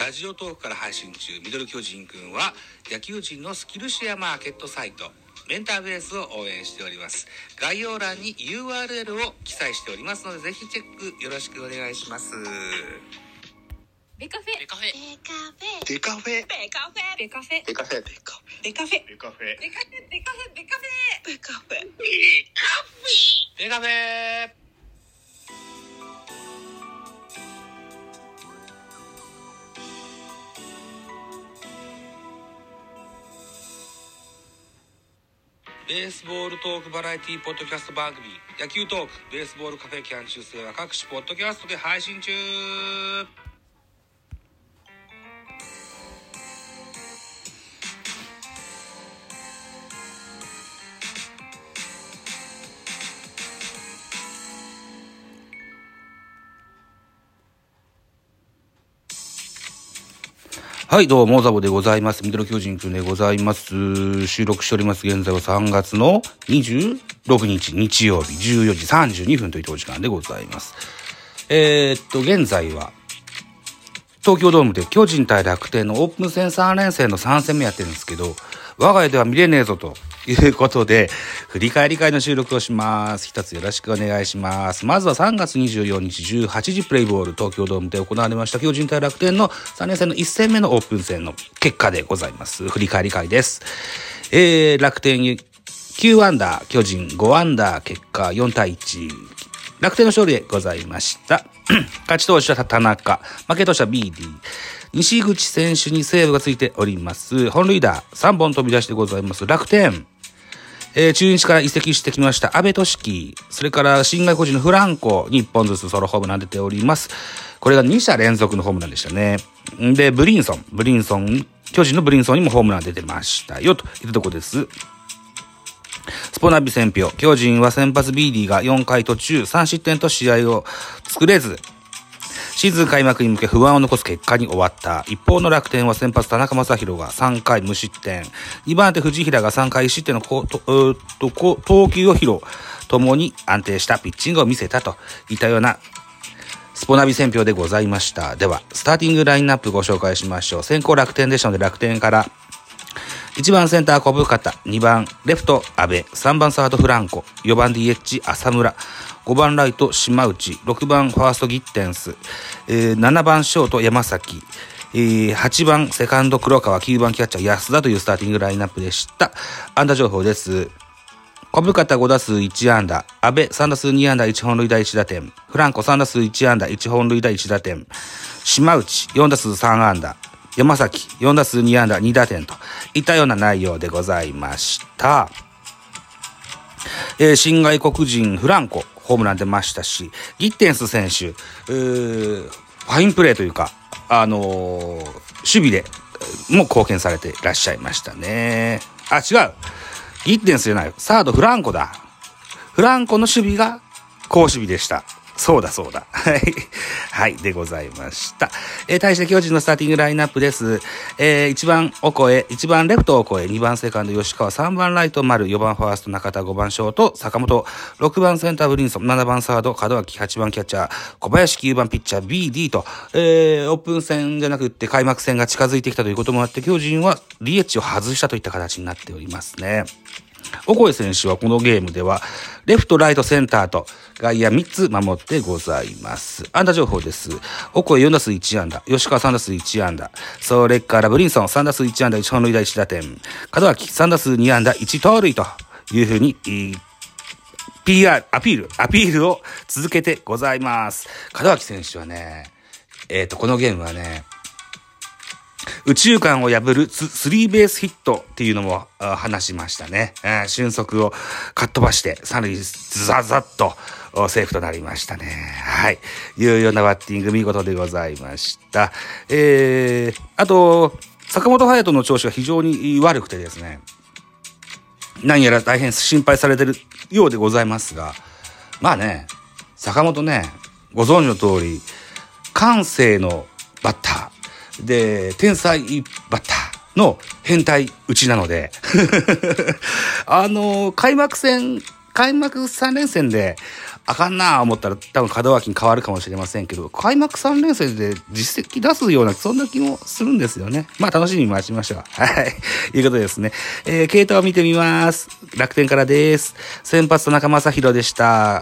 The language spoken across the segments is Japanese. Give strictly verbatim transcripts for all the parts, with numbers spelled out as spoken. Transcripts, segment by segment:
ラジオトークから配信中、ミドル巨人くんは野球人のスキルシェアマーケットサイトメンターベースを応援しております。概要欄に ユーアールエル を記載しておりますので、ぜひチェックよろしくお願いします。 ベカフェベカフェベカフェベカフェベカフェベカフェベカフェベカフェベカフェベカフェベカフェベカフェベカフェベカフェベカフェベースボールトークバラエティポッドキャスト番組野球トークベースボールカフェキャン中世は各種ポッドキャストで配信中。はい、どうもザボでございます。ミドル巨人くんでございます。収録しております。現在はさんがつのにじゅうろくにち日曜日じゅうよじさんじゅうにふんというお時間でございます。えー、っと現在は東京ドームで巨人対楽天のオープン戦さんれんせんのさんせんめやってるんですけど、我が家では見れねえぞということで振り返り会の収録をします。一つよろしくお願いします。まずはさんがつにじゅうよっかじゅうはちじプレイボール東京ドームで行われました巨人対楽天のさんれんせんのいっせんめのオープン戦の結果でございます。振り返り会です。えー、楽天きゅうアンダー巨人ごアンダー結果よんたいいち楽天の勝利でございました勝ち投手は田中、負け投手は ビーディー、西口選手にセーブがついております。本塁打さんぼん飛び出してございます楽天、えー、中日から移籍してきました阿部俊樹、それから新外国人のフランコにいっぽんずつソロホームラン出ております。これがにしゃ連続のホームランでしたね。でブリンソンブリンソン巨人のブリンソンにもホームラン出てましたよというところです。スポナビ選評、巨人は先発 ビーディー がよんかい途中さんしってんと試合を作れずシーズン開幕に向け不安を残す結果に終わった。一方の楽天は先発田中将大がさんかい無失点、にばん手藤平がさんかいいっしってんの投球を披露、ともに安定したピッチングを見せたといったようなスポナビ選評でございました。ではスターティングラインナップご紹介しましょう。先行楽天でしたので楽天からいちばんセンター小深田、にばんレフト阿部、さんばんサードフランコ、よんばん ディーエイチ 浅村、ごばんライト島内、ろくばんファーストギッテンス、えー、ななばんショート山崎、えー、はちばんセカンド黒川、きゅうばんキャッチャー安田というスターティングラインナップでした。安打情報です。小深田ごだすういちあんだ、阿部さんだすうにあんだいちほんるいだいちだてん、フランコさんだすういちあんだいちほんるいだいちだてん、島内よんだすうさんあんだ、山崎よんだすうにあんだにだてんといったような内容でございました。えー、新外国人フランコホームラン出ましたし、ギッテンス選手、ファインプレーというか、あのー、守備でも貢献されていらっしゃいましたね。あ、違う。ギッテンスじゃない。サードフランコだ。フランコの守備が好守備でした。そうだそうだ。はい。はい。でございました。えー、対して巨人のスターティングラインナップです。えー、いちばんオコエ、いちばんレフトオコエ、にばんセカンド吉川、さんばんライト丸、よんばんファースト中田、ごばんショート坂本、ろくばんセンターブリンソン、ななばんサード門脇、はちばんキャッチャー小林、きゅうばんピッチャー ビーディー と、えー、オープン戦じゃなくって開幕戦が近づいてきたということもあって、巨人は ディーエイチ を外したといった形になっておりますね。オコエ選手はこのゲームではレフト、ライト、センターと外野みっつ守ってございます。安打情報です。オコエよんだすういちあんだ、吉川さんだすういちあんだ、それからブリンソンさんだすういちあんだいちほんるいだいちだてん、門脇さんだすうにあんだいちとうるいというふうに ピーアール アピールアピールを続けてございます。門脇選手はね、えっとこのゲームはね、宇宙間を破るスリーベースヒットっていうのも話しましたね。俊足をかっ飛ばして三塁ザザッとセーフとなりましたね。はい。いうようなバッティング見事でございました。えー、あと、坂本勇人の調子が非常に悪くてですね、何やら大変心配されてるようでございますが、まあね、坂本ね、ご存知の通り、感性のバッター、で天才バッターの変態打ちなのであの開幕戦開幕さんれんせんであかんなぁ思ったら多分門脇に変わるかもしれませんけど、開幕さん連戦で実績出すような、そんな気もするんですよね。まあ楽しみに待ちましょう。はい。いうことですね。えー、系統を見てみます。楽天からです。先発田中将大でした。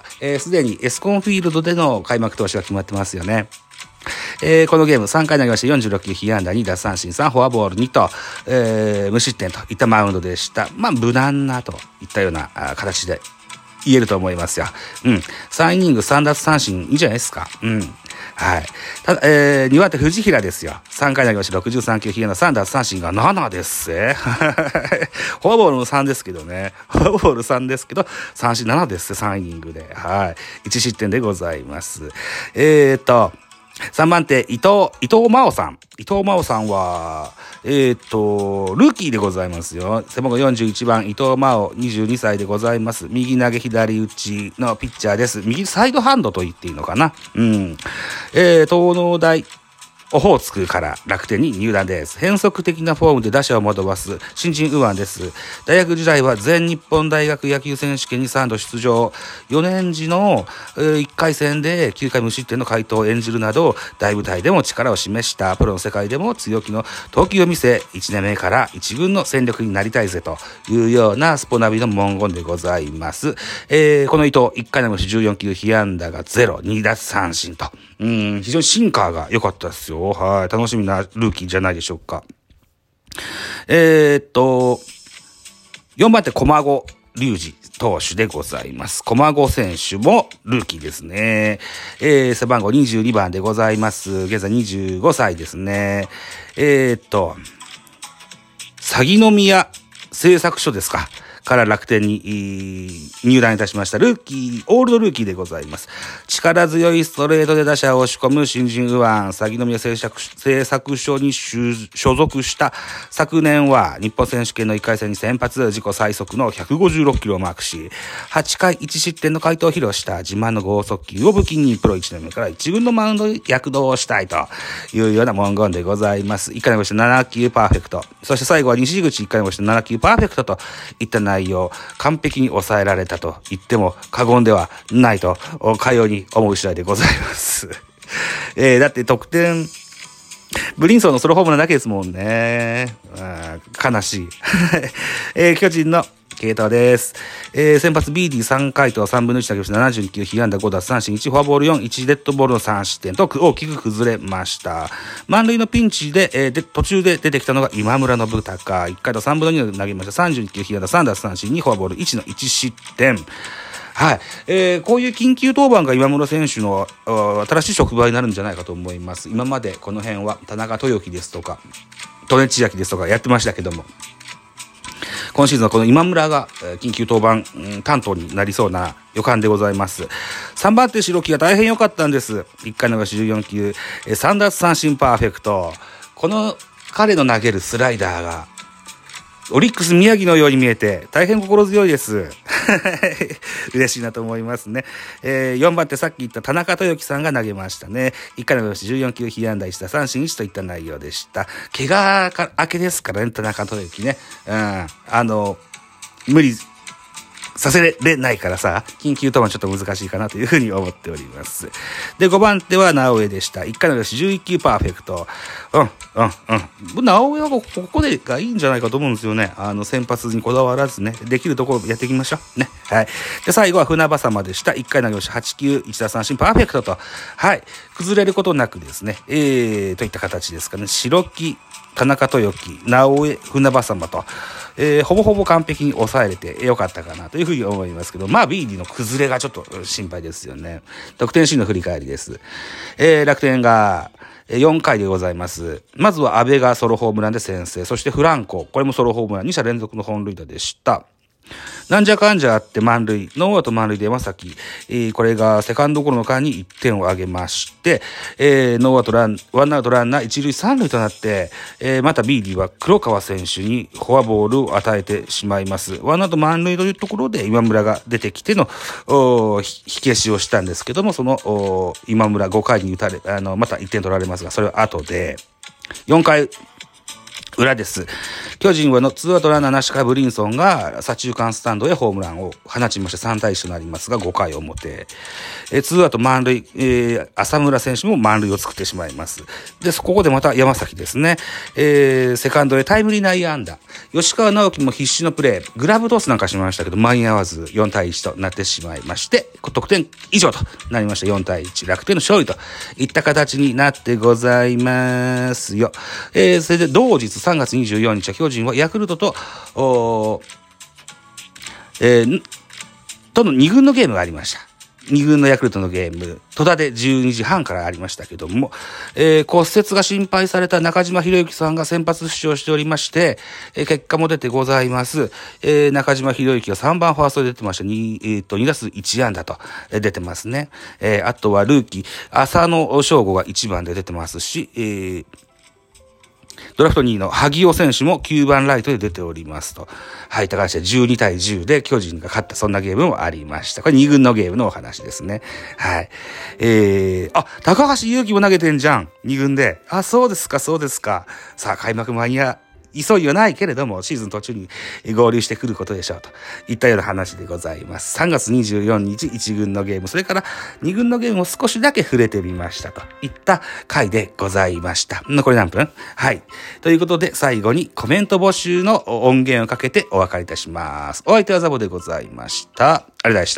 えー、すでにエスコンフィールドでの開幕投手が決まってますよね。えー、このゲームさんかい投げましてよんじゅうろくきゅう被安打に奪三振さんフォアボールにと、えー、無失点といったマウンドでした。まあ無難なといったような形で言えると思いますよ。うん。さんイニングさん奪三振いいじゃないですか。うん。はい。ただ、えー、にばん手藤平ですよ。さんかい投げましてろくじゅうさんきゅう被安打さん奪三振がななですぜ。フォアボールもさんですけどね。フォアボールさんですけど、三振ななですぜ。さんイニングで。はい。いち失点でございます。えーと、さんばん手、伊藤、伊藤真央さん。伊藤真央さんは、えー、っと、ルーキーでございますよ。背番号よんじゅういちばん、伊藤真央、にじゅうにさいでございます。右投げ左打ちのピッチャーです。右サイドハンドと言っていいのかな。うん。えー、東農大、オホーツクから楽天に入団です。変則的なフォームで打者を惑わす新人右腕です。大学時代は全日本大学野球選手権にさんど出場。よねん時のいっかい戦できゅうかい無失点の快投を演じるなど、大舞台でも力を示したプロの世界でも強気の投球を見せ、いちねんめから一軍の戦力になりたいぜというようなスポナビの文言でございます。えー、この伊藤、いっかい投げましてじゅうよんきゅう被安打がゼロ、に奪三振と。うん、非常にシンカーが良かったですよ。はい。楽しみなルーキーじゃないでしょうか。えー、っと、よんばん手、駒子隆二投手でございます。駒子選手もルーキーですね。えー、背番号にじゅうにばんでございます。現在にじゅうごさいですね。えー、っと、鷺宮製作所ですか。から楽天に入団いたしましたルーキー、オールドルーキーでございます。力強いストレートで打者を押し込む新人右腕、鷺宮製作、製作所に所属した昨年は日本選手権のいっかい戦に先発、自己最速のひゃくごじゅうろっキロをマークし、はちかいいち失点の快投を披露した自慢の剛速球を武器にプロいちねんめからいち軍のマウンドに躍動したいというような文言でございます。いっかい投げましてななきゅうパーフェクト。そして最後は西口いっかい投げましてななきゅうパーフェクトといった内容、完璧に抑えられたと言っても過言ではないとかように思う次第でございます。えー、だって得点ブリンソンのソロホームランだけですもんね。あ悲しい、えー、巨人の系統です。えー、先発 ビーディーさん 回とさんぶんのいち投げましてななじゅうきゅう被安打ご奪三振いちフォアボールよん、いちデッドボールのさん失点と大きく崩れました。満塁のピンチで、えー、で途中で出てきたのが今村信孝。いっかいとさんぶんのに投げましたさんじゅうきゅう被安打さん奪三振にフォアボールいちのいち失点。はい。えー、こういう緊急登板が今村選手の新しい職場になるんじゃないかと思います。今までこの辺は田中豊樹ですとか、利根千秋ですとかやってましたけども、今シーズンはこの今村が緊急登板担当になりそうな予感でございます。さんばん手白木が大変良かったんです。いっかい投げじゅうよんきゅう、さん奪三振パーフェクト。この彼の投げるスライダーがオリックス宮城のように見えて大変心強いです。嬉しいなと思いますね。えー、よんばん手さっき言った田中豊樹さんが投げましたね。いっかいのじゅうよんきゅう被安打いち打三振いちといった内容でした。怪我明けですからね、田中豊樹ね。うん、あの無理させれないからさ、緊急登板ちょっと難しいかなというふうに思っております。で、ごばん手は直江でした。いっかいのじゅういっきゅうパーフェクト。うん、うん、うん。直江はここでがいいんじゃないかと思うんですよね。あの、先発にこだわらずね、できるところやっていきましょう。ね。はい。で、最後は船場様でした。いっかい投げはちきゅう、いち打三振パーフェクトと。はい。崩れることなくですね、えー、といった形ですかね。白木、田中豊樹、直江、船場様と、えー、ほぼほぼ完璧に抑えれてよかったかなというふうに思いますけど、まあ ビーディー の崩れがちょっと心配ですよね。得点シーンの振り返りです。えー、楽天がよんかいでございます。まずは阿部がソロホームランで先制、そしてフランコ、これもソロホームラン、に者連続の本塁打でした。なんじゃかんじゃあって満塁、ノーアウト満塁で山崎、えー、これがセカンドゴロの間にいってんを挙げまして、えー、ノーアウトラン、ワンアウトランナー一塁三塁となって、えー、また ビーディー は黒川選手にフォアボールを与えてしまいます。ワンアウト満塁というところで今村が出てきての、火消しをしたんですけども、その、今村ごかいに打たれ、あの、またいってん取られますが、それは後で、よんかい裏です。巨人はのツーアウトランナーなしからブリンソンが左中間スタンドへホームランを放ちましてさんたいいちとなりますが、ごかい表。えツーアウト満塁、えー、浅村選手も満塁を作ってしまいます。で、ここでまた山崎ですね。えー、セカンドへタイムリー内野安打。吉川直樹も必死のプレー。グラブトスなんかしましたけど、間に合わずよんたいいちとなってしまいまして、得点以上となりました。よんたいいち。楽天の勝利といった形になってございますよ。えー、それで同日さんがつにじゅうよっか、巨人はヤクルトと、えー、とのに軍のゲームがありました。に軍のヤクルトのゲーム、戸田でじゅうにじはんからありましたけども、えー、骨折が心配された中島博之さんが先発出場しておりまして、えー、結果も出てございます。えー、中島博之がさんばんファーストで出てました。に、えー、とに打数いち安打と、えー、出てますね。えー、あとはルーキー、浅野翔吾がいちばんで出てますし、えードラフトにいの萩尾選手もきゅうばんライトで出ておりますと。はい、高橋でじゅうにたいじゅうで巨人が勝った、そんなゲームもありました。これに軍のゲームのお話ですね。はい。えー、あ、高橋優貴も投げてんじゃん。に軍で。あ、そうですか、そうですか。さあ、開幕間に合急ぎはないけれども、シーズン途中に合流してくることでしょうといったような話でございます。さんがつにじゅうよっかいち軍のゲーム、それからに軍のゲームを少しだけ触れてみましたといった回でございました。残り何分？はい。ということで、最後にコメント募集の音源をかけてお別れいたします。お相手はザボでございました。ありがとうございました。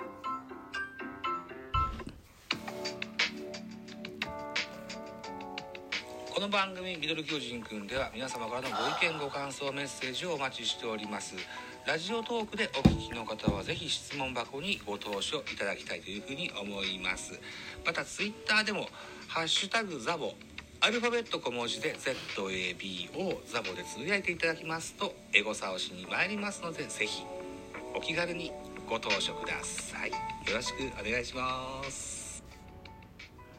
この番組ミドル巨人くんでは皆様からのご意見ご感想メッセージをお待ちしております。ラジオトークでお聞きの方はぜひ質問箱にご投書いただきたいというふうに思います。またツイッターでもハッシュタグザボアルファベット小文字で ゼットエービー をザボでつぶやいていただきますとエゴサをしに参りますので、ぜひお気軽にご投書ください。よろしくお願いします。